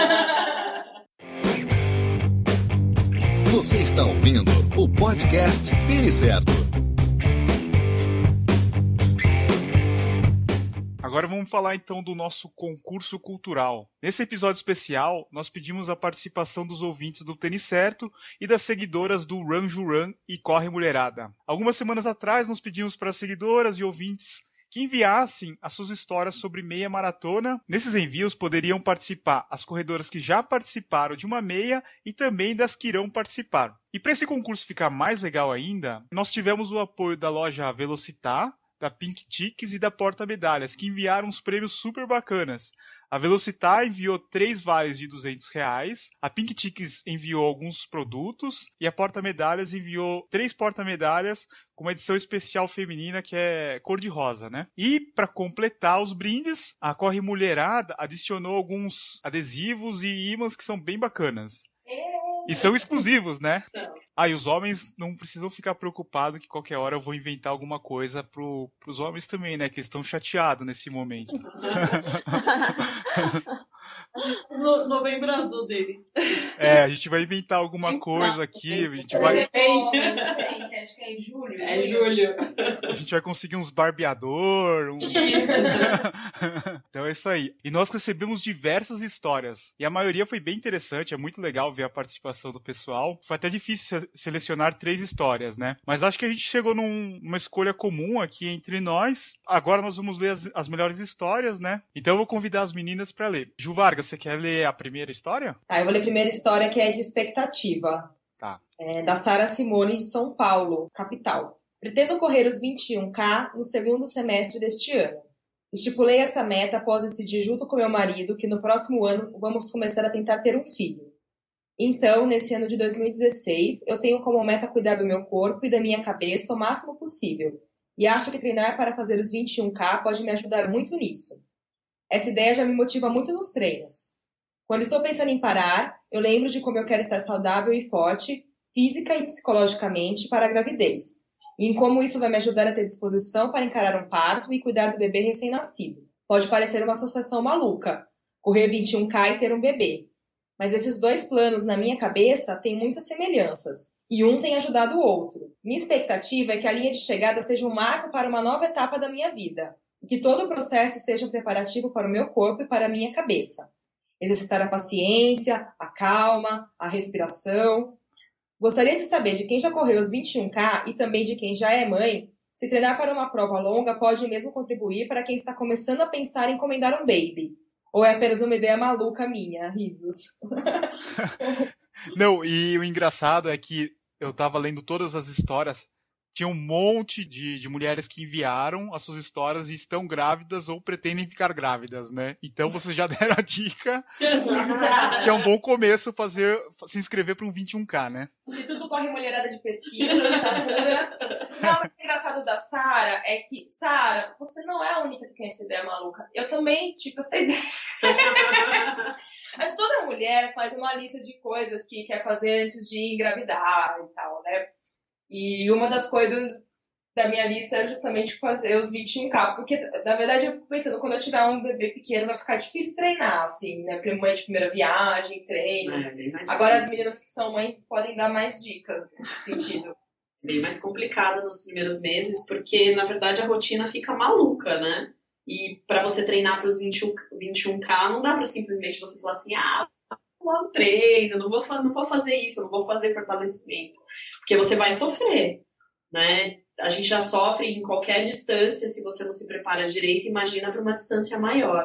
Você está ouvindo o podcast Tênis Certo. Agora vamos falar então do nosso concurso cultural. Nesse episódio especial, nós pedimos a participação dos ouvintes do Tênis Certo e das seguidoras do Run Juran e Corre Mulherada. Algumas semanas atrás, nós pedimos para as seguidoras e ouvintes que enviassem as suas histórias sobre meia maratona. Nesses envios poderiam participar as corredoras que já participaram de uma meia e também das que irão participar. E para esse concurso ficar mais legal ainda, nós tivemos o apoio da loja Velocitar, da Pink Chicks e da Porta Medalhas, que enviaram uns prêmios super bacanas. A Velocitar enviou 3 vales de R$200, a Pink Chicks enviou alguns produtos e a Porta Medalhas enviou 3 porta-medalhas com uma edição especial feminina que é cor-de-rosa, né? E para completar os brindes, a Corre Mulherada adicionou alguns adesivos e ímãs que são bem bacanas. E são exclusivos, né? E os homens não precisam ficar preocupados que qualquer hora eu vou inventar alguma coisa pros homens também, né? Que estão chateados nesse momento. Novembro azul deles. A gente vai inventar alguma coisa aqui, a gente vai... Acho que é em julho. É julho. A gente vai conseguir uns barbeador. Isso. Então é isso aí. E nós recebemos diversas histórias. E a maioria foi bem interessante, é muito legal ver a participação do pessoal. Foi até difícil selecionar 3 histórias, né? Mas acho que a gente chegou numa escolha comum aqui entre nós. Agora nós vamos ler as melhores histórias, né? Então eu vou convidar as meninas para ler. Ju Vargas, você quer ler a primeira história? Tá, eu vou ler a primeira história, que é de expectativa. Tá. Da Sara Simone, de São Paulo, capital. Pretendo correr os 21K no segundo semestre deste ano. Estipulei essa meta após decidir junto com meu marido que no próximo ano vamos começar a tentar ter um filho. Então, nesse ano de 2016, eu tenho como meta cuidar do meu corpo e da minha cabeça o máximo possível. E acho que treinar para fazer os 21K pode me ajudar muito nisso. Essa ideia já me motiva muito nos treinos. Quando estou pensando em parar, eu lembro de como eu quero estar saudável e forte, física e psicologicamente, para a gravidez. E em como isso vai me ajudar a ter disposição para encarar um parto e cuidar do bebê recém-nascido. Pode parecer uma associação maluca, correr 21K e ter um bebê. Mas esses 2 planos na minha cabeça têm muitas semelhanças, e um tem ajudado o outro. Minha expectativa é que a linha de chegada seja um marco para uma nova etapa da minha vida, e que todo o processo seja um preparativo para o meu corpo e para a minha cabeça. Exercitar a paciência, a calma, a respiração. Gostaria de saber de quem já correu os 21K e também de quem já é mãe, se treinar para uma prova longa pode mesmo contribuir para quem está começando a pensar em encomendar um baby. Ou é apenas uma ideia maluca minha? Risos. Não, e o engraçado é que eu tava lendo todas as histórias, tinha um monte de mulheres que enviaram as suas histórias e estão grávidas ou pretendem ficar grávidas, né? Então vocês já deram a dica que é um bom começo se inscrever para um 21K, né? Instituto Corre Mulherada de Pesquisa, Sakura. Não, o engraçado da Sara é que, Sara, você não é a única que tem essa ideia maluca. Eu também tive essa ideia. Acho que toda mulher faz uma lista de coisas que quer fazer antes de engravidar e tal, né? E uma das coisas da minha lista é justamente fazer os 21K, porque, na verdade, eu fico pensando, quando eu tiver um bebê pequeno, vai ficar difícil treinar, assim, né? Mãe de primeira viagem, treinos. Agora, as meninas que são mães podem dar mais dicas nesse sentido. Bem mais complicado nos primeiros meses, porque, na verdade, a rotina fica maluca, né? E para você treinar para os 21K, não dá para simplesmente você falar assim, vou lá no treino, não vou fazer isso, não vou fazer fortalecimento. Porque você vai sofrer, né? A gente já sofre em qualquer distância se você não se prepara direito, imagina para uma distância maior.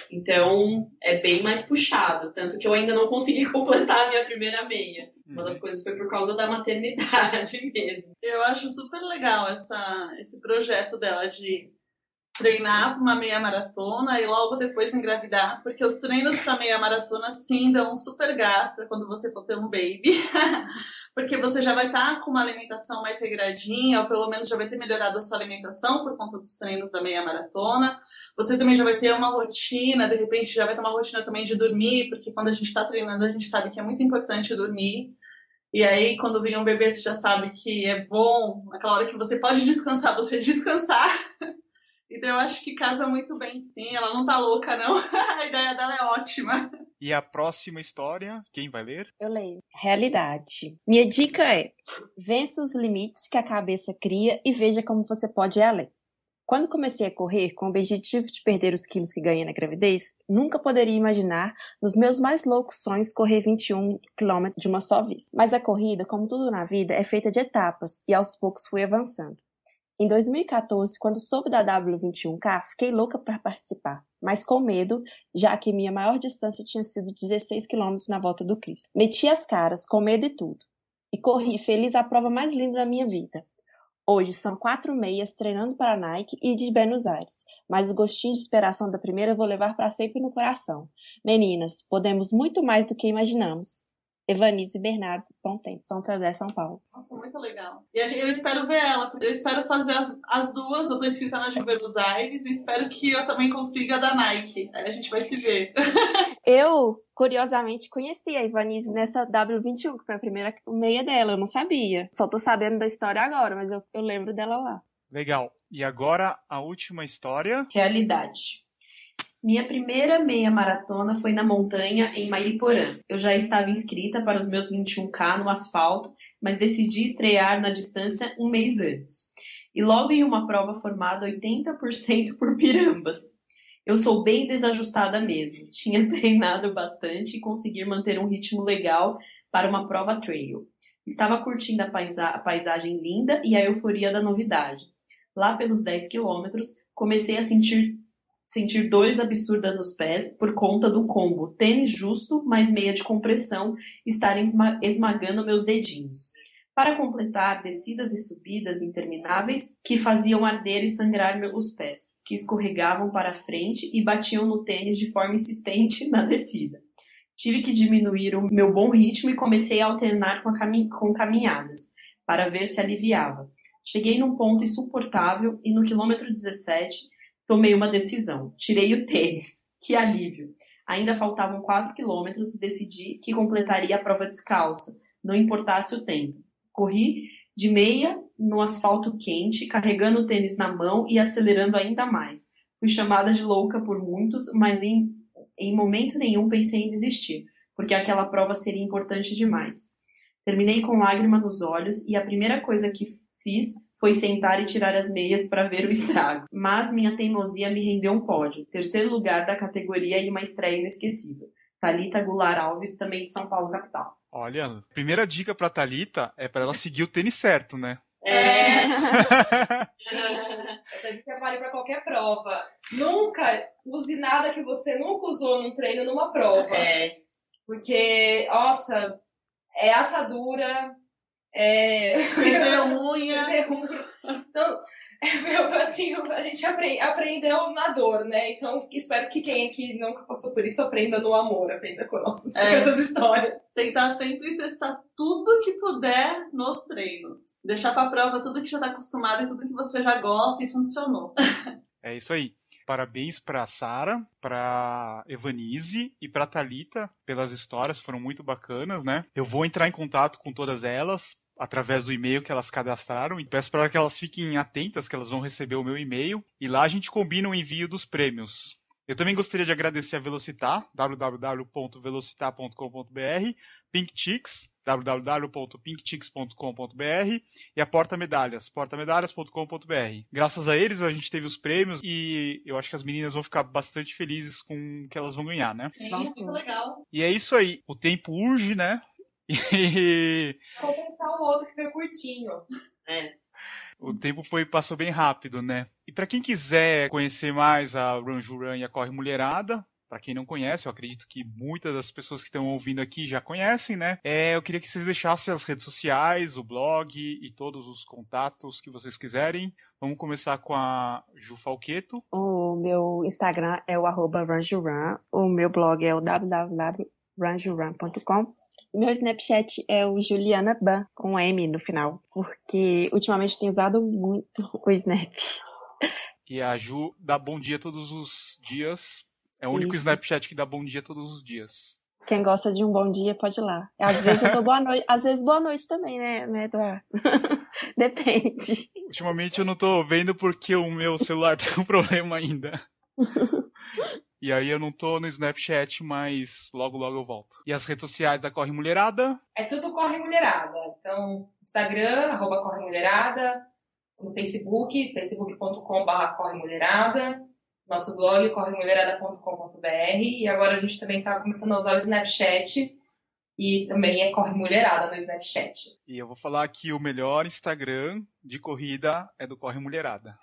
Então, é bem mais puxado. Tanto que eu ainda não consegui completar a minha primeira meia. Uma das coisas foi por causa da maternidade mesmo. Eu acho super legal esse projeto dela de treinar para uma meia maratona e logo depois engravidar, porque os treinos para meia maratona sim dão um super gás para quando você for ter um baby, porque você já vai estar com uma alimentação mais regradinha, ou pelo menos já vai ter melhorado a sua alimentação por conta dos treinos da meia maratona. Você também já vai ter uma rotina, de repente já vai ter uma rotina também de dormir, porque quando a gente está treinando a gente sabe que é muito importante dormir. E aí, quando vem um bebê, você já sabe que é bom, naquela hora que você pode descansar, você descansar. Então eu acho que casa muito bem, sim. Ela não tá louca, não. A ideia dela é ótima. E a próxima história, quem vai ler? Eu leio. Realidade. Minha dica é: vença os limites que a cabeça cria e veja como você pode ir além. Quando comecei a correr com o objetivo de perder os quilos que ganhei na gravidez, nunca poderia imaginar, nos meus mais loucos sonhos, correr 21 km de uma só vez. Mas a corrida, como tudo na vida, é feita de etapas e aos poucos fui avançando. Em 2014, quando soube da W21K, fiquei louca para participar, mas com medo, já que minha maior distância tinha sido 16 km na Volta do Cristo. Meti as caras, com medo e tudo, e corri feliz a prova mais linda da minha vida. Hoje são 4 meias treinando para a Nike e de Buenos Aires, mas o gostinho de inspiração da primeira eu vou levar para sempre no coração. Meninas, podemos muito mais do que imaginamos. Evanice Bernardo, Pontem, São José, São Paulo. Nossa, muito legal. E eu espero ver ela, eu espero fazer as duas. Eu tô inscrita na de Buenos Aires e espero que eu também consiga a da Nike. Aí a gente vai se ver. Eu, curiosamente, conheci a Evanice nessa W21, que foi a primeira meia dela. Eu não sabia. Só tô sabendo da história agora, mas eu lembro dela lá. Legal. E agora a última história. Realidade. Minha primeira meia maratona foi na montanha, em Mariporã. Eu já estava inscrita para os meus 21K no asfalto, mas decidi estrear na distância um mês antes. E logo em uma prova formada 80% por pirambas. Eu sou bem desajustada mesmo. Tinha treinado bastante e consegui manter um ritmo legal para uma prova trail. Estava curtindo a paisagem linda e a euforia da novidade. Lá pelos 10 quilômetros, comecei a sentir dores absurdas nos pés por conta do combo tênis justo mais meia de compressão estarem esmagando meus dedinhos. Para completar, descidas e subidas intermináveis que faziam arder e sangrar os pés, que escorregavam para frente e batiam no tênis de forma insistente na descida. Tive que diminuir o meu bom ritmo e comecei a alternar com caminhadas, para ver se aliviava. Cheguei num ponto insuportável e no quilômetro 17 tomei uma decisão. Tirei o tênis. Que alívio. Ainda faltavam 4 quilômetros e decidi que completaria a prova descalça, não importasse o tempo. Corri de meia no asfalto quente, carregando o tênis na mão e acelerando ainda mais. Fui chamada de louca por muitos, mas em momento nenhum pensei em desistir, porque aquela prova seria importante demais. Terminei com lágrima nos olhos e a primeira coisa que fiz foi sentar e tirar as meias para ver o estrago. Mas minha teimosia me rendeu um pódio. 3º lugar da categoria e uma estreia inesquecível. Thalita Goulart Alves, também de São Paulo, capital. Olha, a primeira dica pra Thalita é pra ela seguir o tênis certo, né? Essa dica vale pra qualquer prova. Nunca use nada que você nunca usou num treino numa prova. Porque, nossa, é assadura... Perder unha. Então, assim, a gente aprendeu na dor, né? Então, espero que quem aqui nunca passou por isso aprenda no amor, aprenda com essas histórias. Tentar sempre testar tudo que puder nos treinos. Deixar pra prova tudo que já tá acostumado e tudo que você já gosta e funcionou. É isso aí. Parabéns para Sara, para Evanice e para Thalita pelas histórias, foram muito bacanas, né? Eu vou entrar em contato com todas elas através do e-mail que elas cadastraram. E peço para que elas fiquem atentas, que elas vão receber o meu e-mail. E lá a gente combina o envio dos prêmios. Eu também gostaria de agradecer a Velocitar, www.velocitar.com.br, Pink Chicks, www.pinkchicks.com.br e a Porta Medalhas, portamedalhas.com.br. Graças a eles a gente teve os prêmios e eu acho que as meninas vão ficar bastante felizes com o que elas vão ganhar, né? Sim, muito legal. E é isso aí. O tempo urge, né? E... compensar o outro que foi curtinho. O tempo passou bem rápido, né? E para quem quiser conhecer mais a Run Juran e a Corre Mulherada, para quem não conhece, eu acredito que muitas das pessoas que estão ouvindo aqui já conhecem, né? Eu queria que vocês deixassem as redes sociais, o blog e todos os contatos que vocês quiserem. Vamos começar com a Ju Falqueto. O meu Instagram é o @runjuran. O meu blog é o www.runjuran.com. Meu Snapchat é o Juliana Ban, com M no final, porque ultimamente eu tenho usado muito o Snap. E a Ju dá bom dia todos os dias. É o único Snapchat que dá bom dia todos os dias. Quem gosta de um bom dia pode ir lá. Às vezes eu dou boa noite, às vezes boa noite também, né, Eduardo? Depende. Ultimamente eu não tô vendo porque o meu celular tá com problema ainda. E aí eu não tô no Snapchat, mas logo eu volto. E as redes sociais da Corre Mulherada? É tudo Corre Mulherada. Então, Instagram, @Corre Mulherada, no Facebook, facebook.com/Corre Mulherada, nosso blog, corremulherada.com.br, e agora a gente também tá começando a usar o Snapchat, e também é Corre Mulherada no Snapchat. E eu vou falar que o melhor Instagram de corrida é do Corre Mulherada.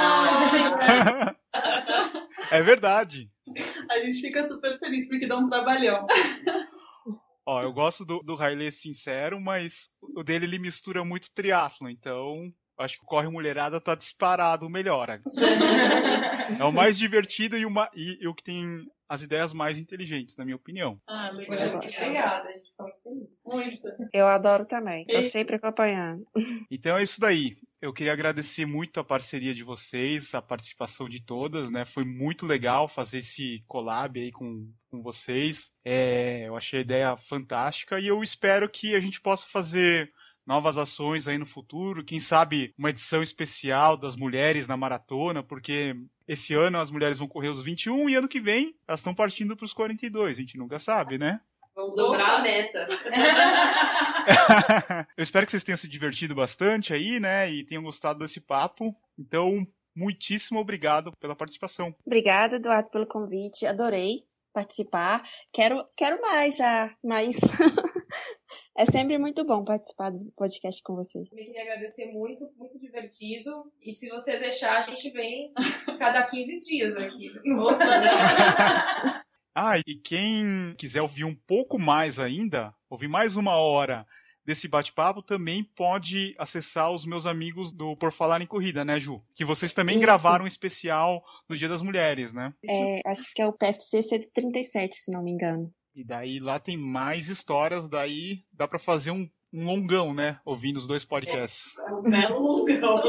É verdade. A gente fica super feliz porque dá um trabalhão. Ó, eu gosto do Haile sincero, mas o dele ele mistura muito triatlon, então acho que o Corre Mulherada tá disparado o melhor. É o mais divertido e o que tem as ideias mais inteligentes, na minha opinião. Legal. Obrigada, a gente fica muito feliz. Muito. Eu adoro também, tô sempre acompanhando. Então é isso daí. Eu queria agradecer muito a parceria de vocês, a participação de todas, né? Foi muito legal fazer esse collab aí com vocês. Eu achei a ideia fantástica e eu espero que a gente possa fazer novas ações aí no futuro. Quem sabe uma edição especial das mulheres na maratona, porque esse ano as mulheres vão correr os 21 e ano que vem elas estão partindo para os 42. A gente nunca sabe, né? Vamos dobrar a meta. Eu espero que vocês tenham se divertido bastante aí, né? E tenham gostado desse papo. Então, muitíssimo obrigado pela participação. Obrigada, Eduardo, pelo convite. Adorei participar. Quero mais já, mas é sempre muito bom participar do podcast com vocês. Eu queria agradecer muito, muito divertido. E se você deixar, a gente vem cada 15 dias aqui. E quem quiser ouvir um pouco mais ainda, ouvir mais 1 hora desse bate-papo, também pode acessar os meus amigos do Por Falar em Corrida, né, Ju? Que vocês também gravaram um especial no Dia das Mulheres, né? Acho que é o PFC 137, se não me engano. E daí lá tem mais histórias, daí dá pra fazer um longão, né? Ouvindo os dois podcasts. Um belo longão.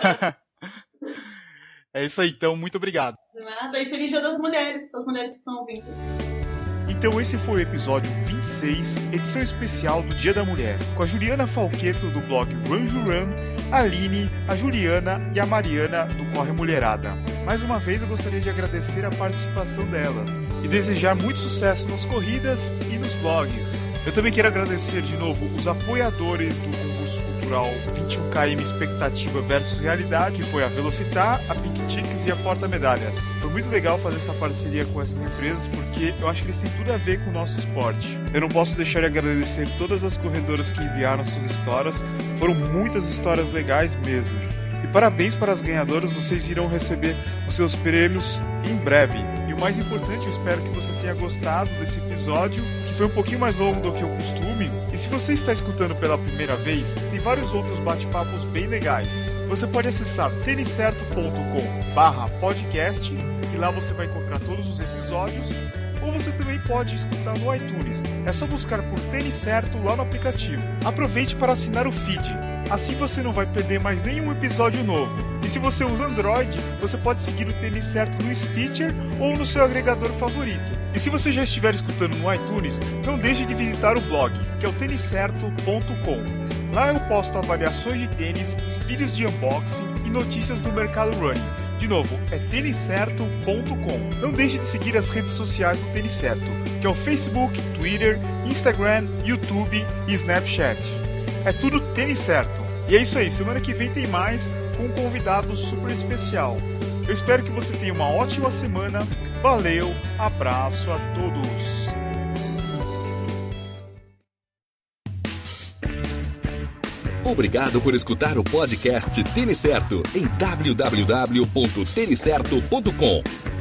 É isso aí, então, muito obrigado. De nada, e feliz Dia das Mulheres, para as mulheres que estão ouvindo. Então esse foi o episódio 26, edição especial do Dia da Mulher, com a Juliana Falqueto do blog Run Juran, a Aline, a Juliana e a Mariana do Corre Mulherada. Mais uma vez eu gostaria de agradecer a participação delas e desejar muito sucesso nas corridas e nos blogs. Eu também quero agradecer de novo os apoiadores do concurso cultural 21km Expectativa versus Realidade, que foi a Velocitar, a Pink Chicks e a Porta Medalhas. Foi muito legal fazer essa parceria com essas empresas, porque eu acho que eles têm tudo a ver com o nosso esporte. Eu não posso deixar de agradecer todas as corredoras que enviaram suas histórias, foram muitas histórias legais mesmo. E parabéns para as ganhadoras, vocês irão receber os seus prêmios em breve. E o mais importante, eu espero que você tenha gostado desse episódio, que foi um pouquinho mais longo do que o costume. E se você está escutando pela primeira vez, tem vários outros bate-papos bem legais. Você pode acessar tenicerto.com/podcast, e lá você vai encontrar todos os episódios, ou você também pode escutar no iTunes. É só buscar por Tênis Certo lá no aplicativo. Aproveite para assinar o feed. Assim você não vai perder mais nenhum episódio novo. E se você usa Android, você pode seguir o Tênis Certo no Stitcher ou no seu agregador favorito. E se você já estiver escutando no iTunes, não deixe de visitar o blog, que é o têniscerto.com. Lá eu posto avaliações de tênis, vídeos de unboxing e notícias do mercado running. De novo, é têniscerto.com. Não deixe de seguir as redes sociais do Tênis Certo, que é o Facebook, Twitter, Instagram, YouTube e Snapchat. É tudo Tênis Certo. E é isso aí, semana que vem tem mais com um convidado super especial. Eu espero que você tenha uma ótima semana. Valeu, abraço a todos. Obrigado por escutar o podcast Tênis Certo em www.tenicerto.com.